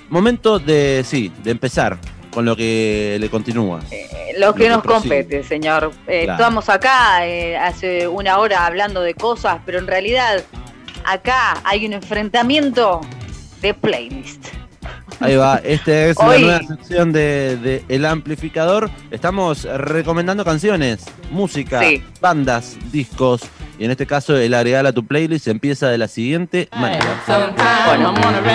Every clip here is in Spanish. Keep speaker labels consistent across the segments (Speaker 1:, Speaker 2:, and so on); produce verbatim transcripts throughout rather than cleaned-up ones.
Speaker 1: Momento de, sí, de empezar con lo que le continúa.
Speaker 2: Eh, lo que lo nos que compete, señor. Eh, claro. Estamos acá eh, hace una hora hablando de cosas, pero en realidad acá hay un enfrentamiento de playlist.
Speaker 1: Ahí va, esta es
Speaker 2: Hoy,
Speaker 1: la nueva sección de, de El Amplificador. Estamos recomendando canciones, música, sí. bandas, discos. Y en este caso el agregar a tu playlist empieza de la siguiente manera. Bueno.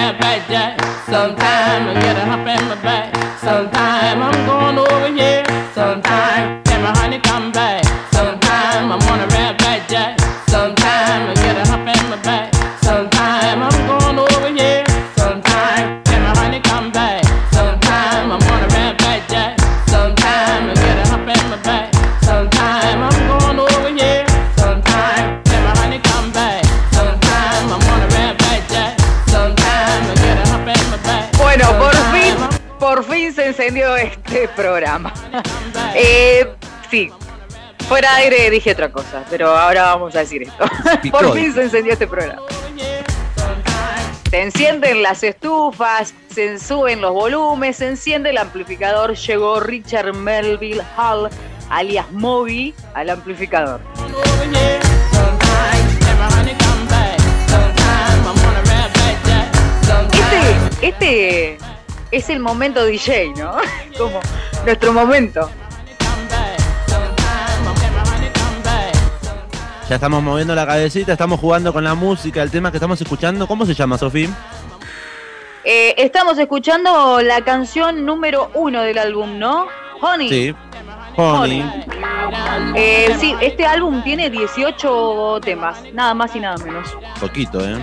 Speaker 2: Por fin se encendió este programa. eh, sí, fuera de aire dije otra cosa, pero ahora vamos a decir esto. Por fin se encendió este programa. Se encienden las estufas, se suben los volúmenes, se enciende el amplificador. Llegó Richard Melville Hall, alias Moby, al amplificador. Este, este es el momento D J, ¿no? Como nuestro momento.
Speaker 1: Ya estamos moviendo la cabecita, estamos jugando con la música, el tema que estamos escuchando. ¿Cómo se llama, Sofía?
Speaker 2: Eh, estamos escuchando la canción número uno del álbum, ¿no? Honey.
Speaker 1: Sí, Honey. Honey.
Speaker 2: Eh, sí, este álbum tiene dieciocho temas, nada más y nada menos.
Speaker 1: Poquito, ¿eh?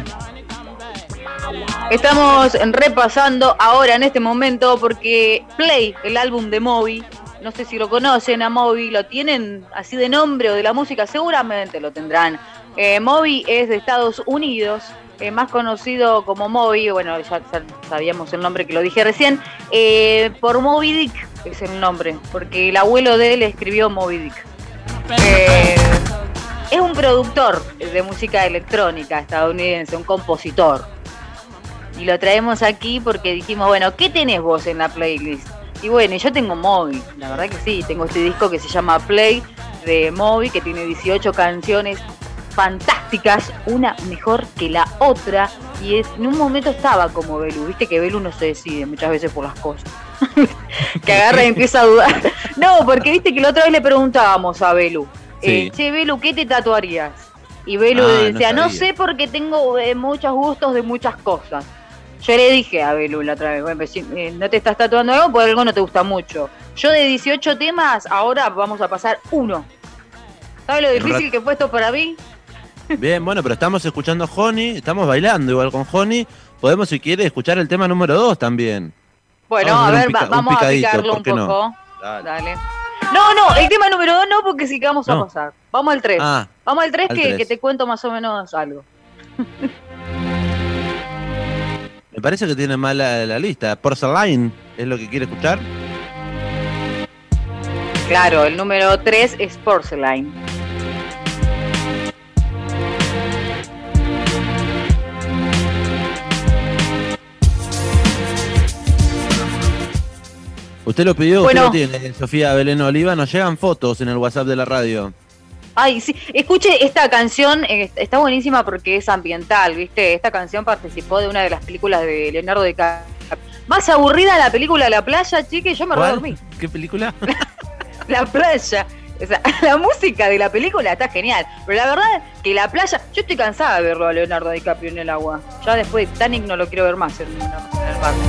Speaker 2: Estamos repasando ahora en este momento porque Play, el álbum de Moby, no sé si lo conocen a Moby, lo tienen así de nombre o de la música, seguramente lo tendrán. Eh, Moby es de Estados Unidos, eh, más conocido como Moby, bueno, ya, ya sabíamos el nombre que lo dije recién, eh, por Moby Dick es el nombre, porque el abuelo de él escribió Moby Dick. Eh, es un productor de música electrónica estadounidense, un compositor. Y lo traemos aquí porque dijimos, bueno, ¿qué tenés vos en la playlist? Y bueno, yo tengo Moby, la verdad que sí, tengo este disco que se llama Play de Moby, que tiene dieciocho canciones fantásticas, una mejor que la otra, y es, en un momento estaba como Belu, viste que Belu no se decide muchas veces por las cosas, que agarra y empieza a dudar. No, porque viste que la otra vez le preguntábamos a Belu, sí. eh, che Belu, ¿qué te tatuarías? Y Belu ah, decía, no, no sé porque tengo eh, muchos gustos de muchas cosas. Yo le dije a Belu la otra vez, bueno, pues, eh, no te estás tatuando algo porque algo no te gusta mucho. Yo de dieciocho temas, ahora vamos a pasar uno. ¿Sabes lo difícil que fue esto para mí?
Speaker 1: Bien, bueno, pero estamos escuchando Honey, estamos bailando igual con Honey. Podemos, si quiere, escuchar el tema número dos también.
Speaker 2: Bueno, vamos a, a ver, pica, vamos a picarlo un poco. No? Dale. Dale. No, no, el tema número dos no, porque sí que vamos no. a pasar. Vamos al tres. Ah, vamos al tres que, que te cuento más o menos algo.
Speaker 1: Me parece que tiene mal la, la lista. Porcelain es lo que quiere escuchar.
Speaker 2: Claro, el número tres es Porcelain.
Speaker 1: Usted lo pidió, bueno, usted lo tiene, Sofía Belén Oliva. Nos llegan fotos en el WhatsApp de la radio.
Speaker 2: Ay, sí, escuche esta canción, eh, está buenísima porque es ambiental, ¿viste? Esta canción participó de una de las películas de Leonardo DiCaprio. Más aburrida la película La Playa, chique, yo me redormí.
Speaker 1: ¿Qué película?
Speaker 2: La Playa. O sea, la música de la película está genial, pero la verdad que La Playa, yo estoy cansada de verlo a Leonardo DiCaprio en el agua. Ya después de Titanic no lo quiero ver más en, en el mar.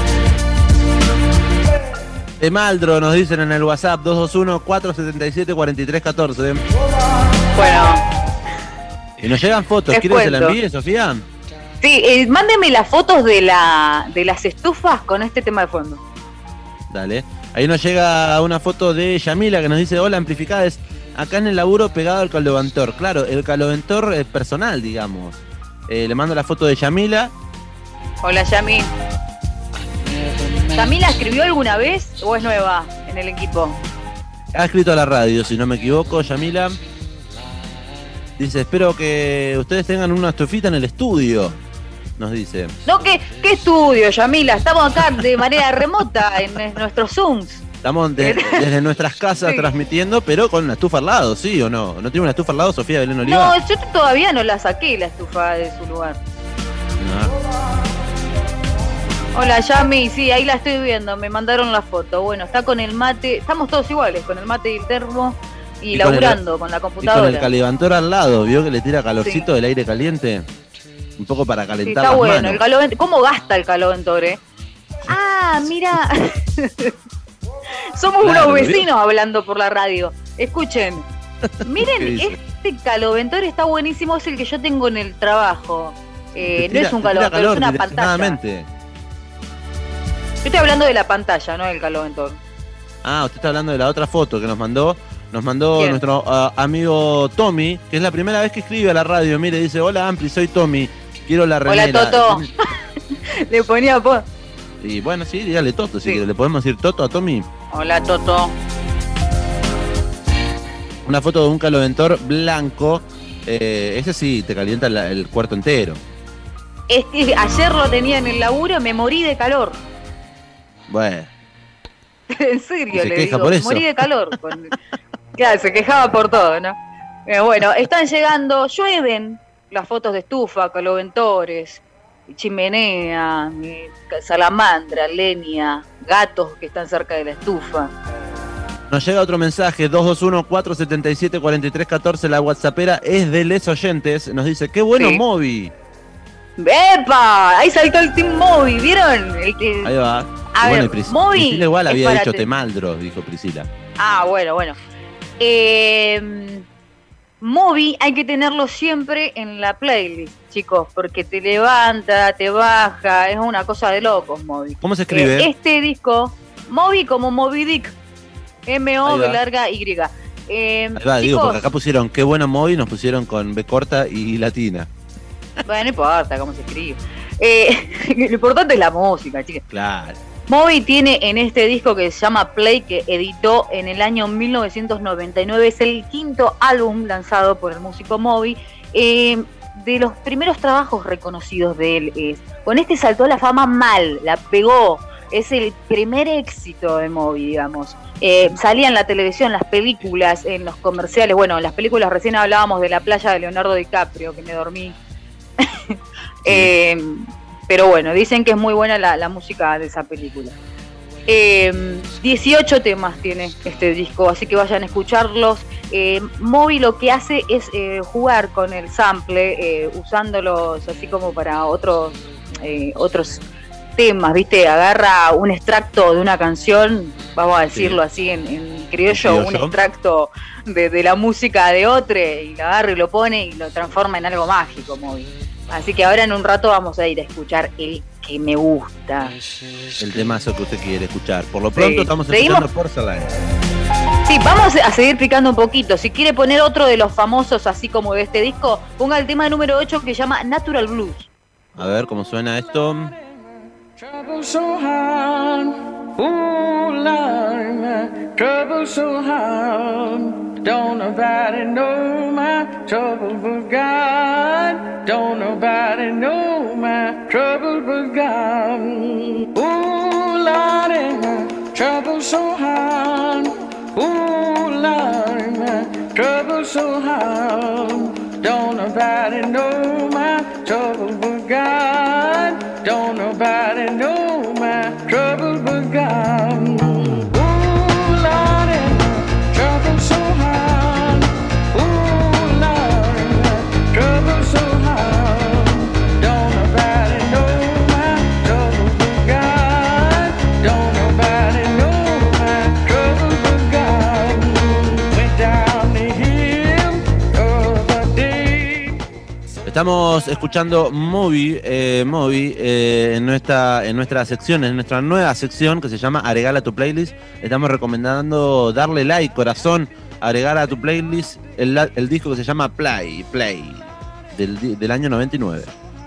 Speaker 1: Emaldro nos dicen en el WhatsApp dos dos uno, cuatro siete siete, cuatro tres uno cuatro.
Speaker 2: Bueno.
Speaker 1: Y nos llegan fotos, ¿quieres que se la envíe, Sofía?
Speaker 2: Sí, eh, mándeme las fotos de la de las estufas con este tema de fondo.
Speaker 1: Dale. Ahí nos llega una foto de Yamila que nos dice, hola amplificades, acá en el laburo pegado al caloventor. Claro, el caloventor es personal, digamos. Eh, le mando la foto de Yamila.
Speaker 2: Hola Yami. ¿Yamila escribió alguna vez o es nueva en el equipo?
Speaker 1: Ha escrito a la radio, si no me equivoco, Yamila. Dice, espero que ustedes tengan una estufita en el estudio. nos dice.
Speaker 2: No, ¿qué, qué estudio, Yamila? Estamos acá de manera remota en, en nuestros Zooms.
Speaker 1: Estamos de, desde nuestras casas sí. transmitiendo, pero con una estufa al lado, ¿sí o no? ¿No tiene una estufa al lado, Sofía Belén Oliva?
Speaker 2: No, yo todavía no la saqué, la estufa de su lugar. No. Hola, Yami, sí, ahí la estoy viendo, me mandaron la foto. Bueno, está con el mate, estamos todos iguales, con el mate y el termo y, y laburando con, el, con la computadora.
Speaker 1: Y con el calivantor al lado, ¿vio que le tira calorcito sí. del aire caliente? Un poco para calentar sí, está las
Speaker 2: bueno,
Speaker 1: manos.
Speaker 2: El caloventor, ¿cómo gasta el caloventor, eh? Ah, mira... Somos claro, unos vecinos ¿no? hablando por la radio. Escuchen, miren, este caloventor está buenísimo, es el que yo tengo en el trabajo. Eh, tira, no es un caloventor, calor, es una pantalla. Yo estoy hablando de la pantalla, no del caloventor.
Speaker 1: Ah, usted está hablando de la otra foto que nos mandó. Nos mandó ¿Quién? nuestro uh, amigo Tommy, que es la primera vez que escribe a la radio. Mire, dice, hola Ampli, soy Tommy, quiero la remera.
Speaker 2: Hola Toto. Le ponía po.
Speaker 1: Y bueno, sí, dígale Toto, si sí. quiere. ¿Le podemos decir Toto a Tommy?
Speaker 2: Hola, Toto.
Speaker 1: Una foto de un caloventor blanco. Eh, ese sí, te calienta la, el cuarto entero.
Speaker 2: Es que ayer lo tenía en el laburo, me morí de calor.
Speaker 1: Bueno.
Speaker 2: En serio,
Speaker 1: se
Speaker 2: le
Speaker 1: queja
Speaker 2: digo,
Speaker 1: por
Speaker 2: me
Speaker 1: eso.
Speaker 2: morí de calor. Con... Claro, se quejaba por todo, ¿no? Eh, bueno, están llegando, llueven las fotos de estufa, caloventores, chimenea, salamandra, leña, gatos que están cerca de la estufa.
Speaker 1: Nos llega otro mensaje, dos dos uno, cuatro siete siete, cuatro tres uno cuatro, la WhatsAppera es de les oyentes, nos dice, qué bueno sí. Moby.
Speaker 2: ¡Epa! Ahí saltó el Team Moby, ¿vieron? El que...
Speaker 1: Ahí va.
Speaker 2: A
Speaker 1: bueno,
Speaker 2: ver,
Speaker 1: Pris-
Speaker 2: Moby
Speaker 1: Priscila igual había dicho
Speaker 2: te...
Speaker 1: Temaldro, dijo Priscila.
Speaker 2: Ah, bueno, bueno. Eh... Moby hay que tenerlo siempre en la playlist, chicos, porque te levanta, te baja, es una cosa de locos, Moby.
Speaker 1: ¿Cómo se escribe?
Speaker 2: Eh, este disco, Moby como Moby Dick, M O B larga Y. Eh,
Speaker 1: Ahí va, chicos, digo, porque acá pusieron qué bueno Moby, nos pusieron con B corta y latina.
Speaker 2: Bueno, no importa cómo se escribe. Eh, lo importante es la música, chicos.
Speaker 1: Claro.
Speaker 2: Moby tiene en este disco que se llama Play, que editó en el año mil novecientos noventa y nueve, es el quinto álbum lanzado por el músico Moby. Eh, de los primeros trabajos reconocidos de él es, con este saltó a la fama mal, la pegó, es el primer éxito de Moby, digamos. Eh, salía en la televisión, las películas, en los comerciales, bueno, en las películas recién hablábamos de La playa de Leonardo DiCaprio, que me dormí. Sí. eh, Pero bueno, dicen que es muy buena la, la música de esa película. Eh, dieciocho temas tiene este disco, así que vayan a escucharlos. Eh, Moby lo que hace es eh, jugar con el sample, eh, usándolos así como para otros, eh, otros temas, ¿viste? Agarra un extracto de una canción, vamos a decirlo sí. así en, en criollo, un extracto de, de la música de otro, y lo agarra y lo pone y lo transforma en algo mágico, Moby. Así que ahora en un rato vamos a ir a escuchar el que me gusta.
Speaker 1: El temazo que usted quiere escuchar. Por lo pronto sí. estamos
Speaker 2: ¿Seguimos?
Speaker 1: escuchando Porcelain.
Speaker 2: Sí, vamos a seguir picando un poquito. Si quiere poner otro de los famosos, así como de este disco, ponga el tema número ocho que se llama Natural Blues.
Speaker 1: A ver cómo suena esto.
Speaker 3: Trouble so hard, ooh Lord, my trouble so hard. Don't nobody know my trouble but God. Don't nobody know my trouble but God. Ooh Lord, my trouble so hard. Ooh Lord, my trouble so hard. Don't nobody know my trouble but God. Don't nobody know my trouble but God. Ooh, Lordy, my trouble so hard. Ooh, Lordy, my trouble so hard. Don't nobody know my trouble but God. Don't nobody know my trouble but God. Went down the hill the other day.
Speaker 1: Estamos escuchando Moby, eh, Moby eh, en, nuestra, en nuestra sección, en nuestra nueva sección que se llama Agregar a tu playlist. Estamos recomendando darle like, corazón, agregar a tu playlist el, el disco que se llama Play, Play, del, del año noventa y nueve.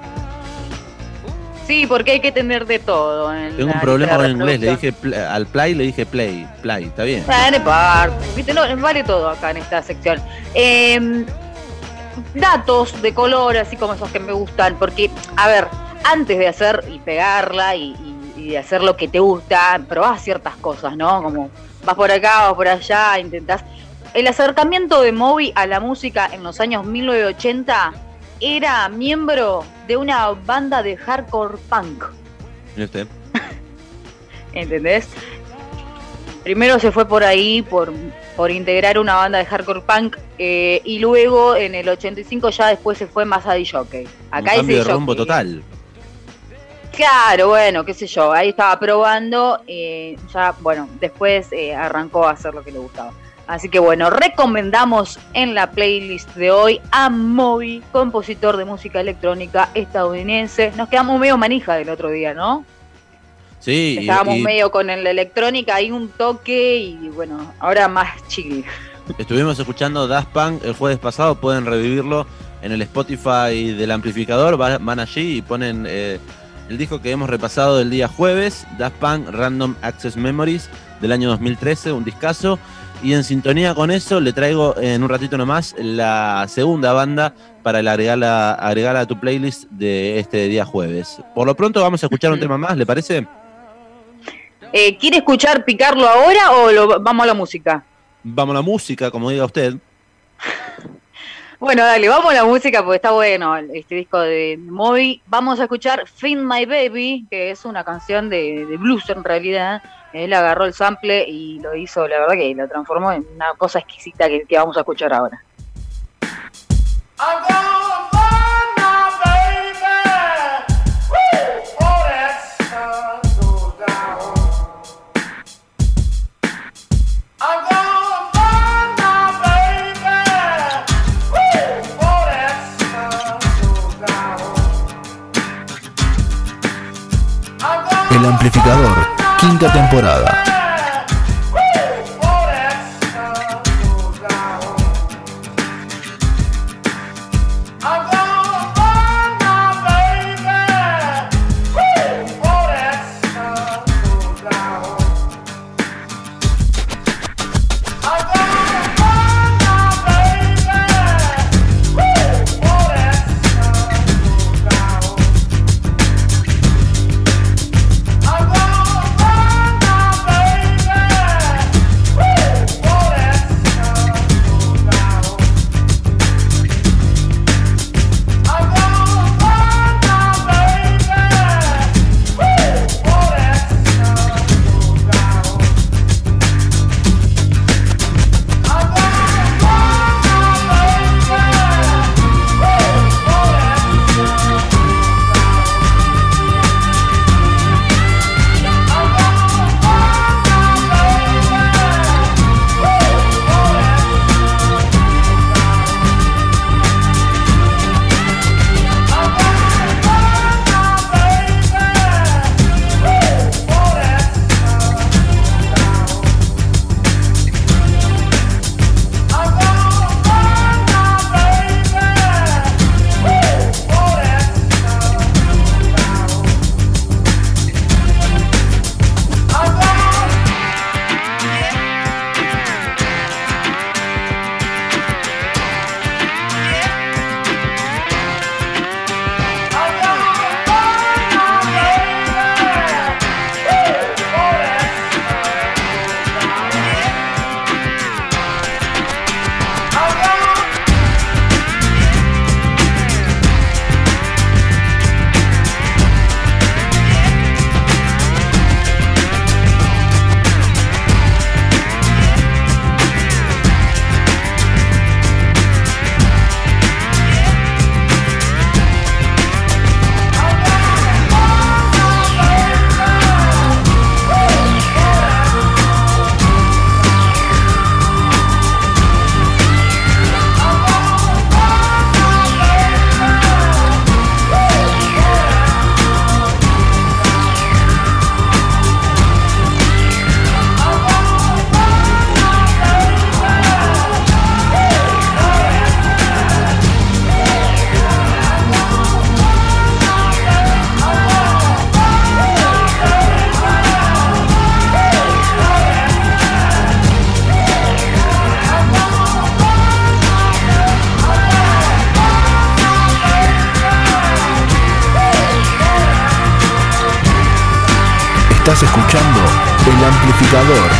Speaker 2: Sí, porque hay que tener de todo. En
Speaker 1: Tengo un problema con el inglés, le dije pl- al Play le dije Play, Play, ¿está bien?
Speaker 2: Vale, parte, no, vale todo acá en esta sección. Eh, datos de color, así como esos que me gustan, porque, a ver, antes de hacer y pegarla y, y, y de hacer lo que te gusta, probás ciertas cosas, ¿no? Como vas por acá, vas por allá, intentás. El acercamiento de Moby a la música en los años mil novecientos ochenta era miembro de una banda de hardcore punk.
Speaker 1: ¿Y usted?
Speaker 2: ¿Entendés? Primero se fue por ahí, por, por integrar una banda de hardcore punk, eh, y luego en el ochenta y cinco ya después se fue más a D J. Acá
Speaker 1: un cambio de
Speaker 2: jockey.
Speaker 1: rumbo total.
Speaker 2: Claro, bueno, qué sé yo, ahí estaba probando, eh, ya, bueno, después eh, arrancó a hacer lo que le gustaba. Así que bueno, recomendamos en la playlist de hoy a Moby, compositor de música electrónica estadounidense. Nos quedamos medio manija del otro día, ¿no?
Speaker 1: Sí.
Speaker 2: Estábamos
Speaker 1: y, y
Speaker 2: medio con la electrónica, ahí un toque y bueno, ahora más chill.
Speaker 1: Estuvimos escuchando Daft Punk el jueves pasado, pueden revivirlo en el Spotify del amplificador, van allí y ponen eh, el disco que hemos repasado el día jueves, Daft Punk Random Access Memories del año dos mil trece, un discazo. Y en sintonía con eso le traigo en un ratito nomás la segunda banda para agregarla, agregarla a tu playlist de este día jueves. Por lo pronto vamos a escuchar un tema más, ¿le parece?
Speaker 2: Eh, ¿Quiere escuchar Picarlo ahora o lo, vamos a la música?
Speaker 1: Vamos a la música, como diga usted.
Speaker 2: Bueno, dale, vamos a la música porque está bueno este disco de Moby. Vamos a escuchar Find My Baby, que es una canción de, de blues en realidad. Él agarró el sample y lo hizo, la verdad que lo transformó en una cosa exquisita que, que vamos a escuchar ahora.
Speaker 4: El Amplificador, quinta temporada.
Speaker 3: I'm gonna find my baby.
Speaker 4: Estás escuchando El Amplificador.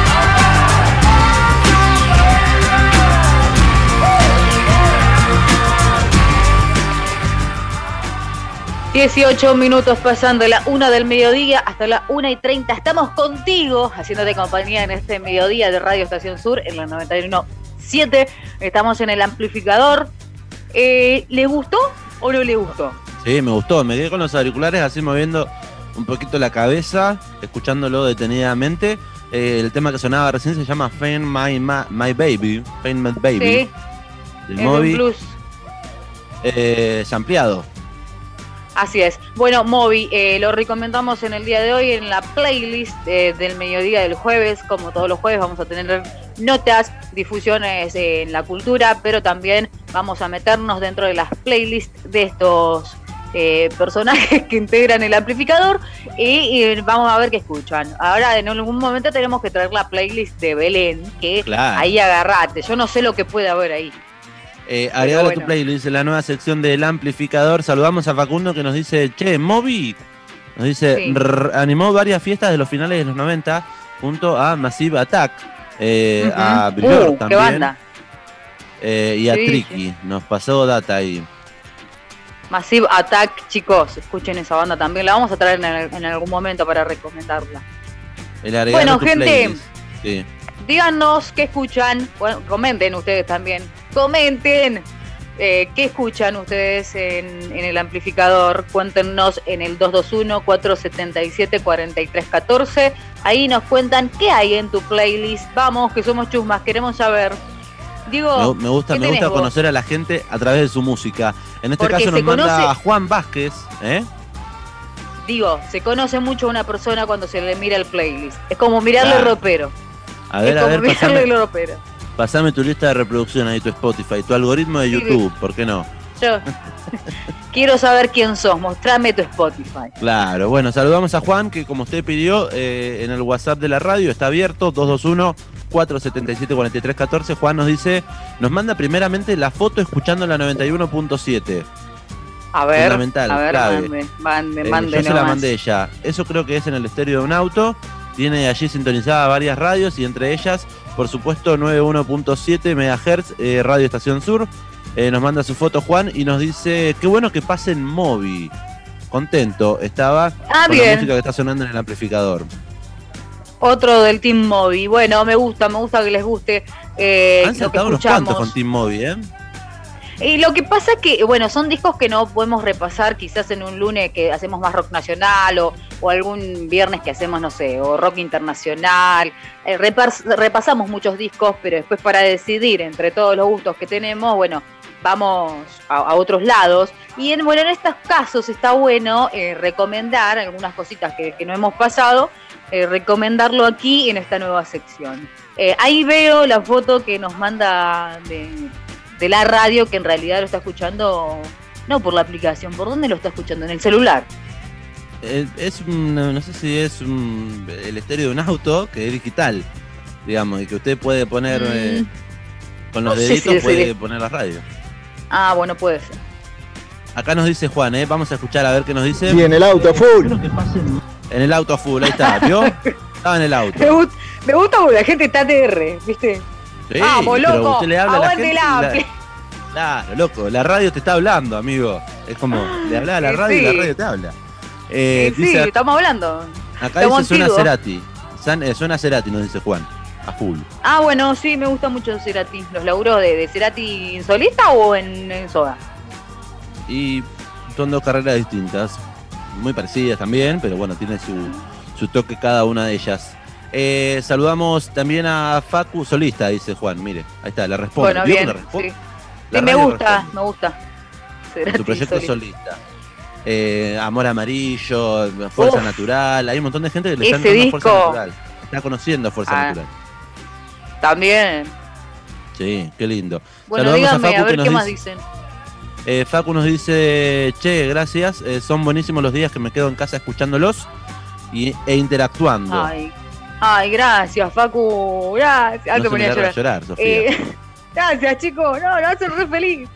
Speaker 2: dieciocho minutos pasando la una del mediodía hasta la una y treinta. Estamos contigo, haciéndote compañía en este mediodía de Radio Estación Sur en la noventa y uno punto siete. Estamos en El Amplificador. Eh, ¿Le gustó o no le gustó?
Speaker 1: Sí, me gustó. Me quedé con los auriculares así moviendo un poquito la cabeza, escuchándolo detenidamente. Eh, el tema que sonaba recién se llama Find My, My, My Baby. Find My Baby.
Speaker 2: Sí.
Speaker 1: Del Moby.
Speaker 2: Blues.
Speaker 1: Eh, sampleado.
Speaker 2: Así es. Bueno, Moby, eh, lo recomendamos en el día de hoy en la playlist eh, del mediodía del jueves. Como todos los jueves vamos a tener notas, difusiones eh, en la cultura, pero también vamos a meternos dentro de las playlists de estos eh, personajes que integran el amplificador y, y vamos a ver qué escuchan. Ahora en algún momento tenemos que traer la playlist de Belén, que claro. Ahí agarrate. Yo no sé lo que puede haber ahí.
Speaker 1: Eh, agregalo bueno. a tu playlist, la nueva sección del amplificador. Saludamos a Facundo que nos dice, che, Moby, nos dice, sí. animó varias fiestas de los finales de los noventa junto a Massive Attack, eh, uh-huh. a Björk uh, también, banda. Eh, y a sí, Tricky, sí. Nos pasó data ahí.
Speaker 2: Massive Attack, chicos, escuchen esa banda también, la vamos a traer en, en algún momento para recomendarla.
Speaker 1: El
Speaker 2: bueno, gente,
Speaker 1: sí.
Speaker 2: díganos qué escuchan, bueno, comenten ustedes también. Comenten eh, qué escuchan ustedes en, en el amplificador. Cuéntenos en el dos dos uno, cuatro siete siete, cuatro tres uno cuatro. Ahí nos cuentan qué hay en tu playlist. Vamos, que somos chusmas, queremos saber. Digo,
Speaker 1: me, me gusta, me gusta conocer a la gente a través de su música. En este
Speaker 2: Porque
Speaker 1: caso nos
Speaker 2: conoce,
Speaker 1: manda a Juan Vázquez. ¿eh?
Speaker 2: Digo, se conoce mucho a una persona cuando se le mira el playlist. Es como mirarle el
Speaker 1: claro.
Speaker 2: ropero.
Speaker 1: A ver,
Speaker 2: es
Speaker 1: a ver,
Speaker 2: como mirarle el ropero.
Speaker 1: Pasame tu lista de reproducción ahí, tu Spotify, tu algoritmo de YouTube, ¿por qué no?
Speaker 2: Yo quiero saber quién sos, mostrame tu Spotify.
Speaker 1: Claro, bueno, saludamos a Juan, que como usted pidió, eh, en el WhatsApp de la radio está abierto, dos dos uno, cuatro siete siete, cuatro tres uno cuatro. Juan nos dice, nos manda primeramente la foto escuchando la noventa y uno punto siete.
Speaker 2: A ver,
Speaker 1: fundamental,
Speaker 2: a ver,
Speaker 1: clave.
Speaker 2: mande, mande,
Speaker 1: eh,
Speaker 2: mande
Speaker 1: Yo se la
Speaker 2: nomás.
Speaker 1: mandé ya. Eso creo que es en el estéreo de un auto. Tiene allí sintonizadas varias radios y entre ellas, por supuesto, noventa y uno punto siete megahertz, eh, Radio Estación Sur. Eh, nos manda su foto Juan y nos dice, qué bueno que pasen Moby. Contento estaba
Speaker 2: ah,
Speaker 1: con
Speaker 2: bien.
Speaker 1: la música que está sonando en el amplificador.
Speaker 2: Otro del Team Moby. Bueno, me gusta, me gusta que les guste. Eh,
Speaker 1: Han saltado unos cuantos con Team Moby, ¿eh?
Speaker 2: Y lo que pasa es que, bueno, son discos que no podemos repasar quizás en un lunes que hacemos más rock nacional o, o algún viernes que hacemos, no sé, o rock internacional. Eh, repas, repasamos muchos discos, pero después para decidir entre todos los gustos que tenemos, bueno, vamos a, a otros lados. Y en, bueno, en estos casos está bueno eh, recomendar algunas cositas que, que no hemos pasado, eh, recomendarlo aquí en esta nueva sección. Eh, ahí veo la foto que nos manda de... de la radio, que en realidad lo está escuchando no por la aplicación. ¿Por dónde lo está escuchando? ¿En el celular?
Speaker 1: Es, es un, no sé si es un, el estéreo de un auto, que es digital, digamos, y que usted puede poner mm. eh, con los no deditos, si puede de... poner la radio.
Speaker 2: Ah, bueno, puede ser.
Speaker 1: Acá nos dice Juan, ¿eh? Vamos a escuchar a ver qué nos dice.
Speaker 5: Sí, en el auto full.
Speaker 1: En el auto full, ahí está, ¿vio? Estaba en el auto.
Speaker 2: Me gusta, me gusta porque la gente está A T R, ¿viste?
Speaker 1: Sí,
Speaker 2: vamos, loco,
Speaker 1: usted le habla
Speaker 2: aguante
Speaker 1: a la
Speaker 2: gente.
Speaker 1: La... Claro, loco, la radio te está hablando, amigo. Es como, le habla a la radio sí. y la radio te habla.
Speaker 2: Eh, sí, dice, sí, estamos hablando.
Speaker 1: Acá estamos dice suena Cerati. Suena Cerati, nos dice Juan. A full.
Speaker 2: Ah, bueno, sí, me gusta mucho Cerati. ¿Los laburos de, de Cerati en solista o en, en Soda?
Speaker 1: Y son dos carreras distintas. Muy parecidas también, pero bueno, tiene su, su toque cada una de ellas. Eh, saludamos también a Facu Solista, dice Juan. Mire, ahí está, le responde.
Speaker 2: Bueno, bien, sí. Sí, me gusta, responde. me gusta.
Speaker 1: Cerati, tu proyecto solista. solista. Eh, Amor Amarillo, Fuerza Uf. Natural. Hay un montón de gente que le está entrando Fuerza Natural. Está conociendo Fuerza ah, Natural.
Speaker 2: También.
Speaker 1: Sí, qué lindo.
Speaker 2: Bueno,
Speaker 1: saludamos
Speaker 2: dígame,
Speaker 1: a Facu,
Speaker 2: a ver
Speaker 1: que
Speaker 2: qué
Speaker 1: nos
Speaker 2: más
Speaker 1: dice,
Speaker 2: dicen.
Speaker 1: Eh, Facu nos dice, che, gracias, eh, son buenísimos los días que me quedo en casa escuchándolos y, e interactuando.
Speaker 2: Ay, ay, gracias, Facu, gracias. Ah,
Speaker 1: no
Speaker 2: te
Speaker 1: se
Speaker 2: ponía
Speaker 1: me
Speaker 2: a llorar.
Speaker 1: llorar, Sofía.
Speaker 2: Eh, gracias, chicos, no, no hacen re feliz.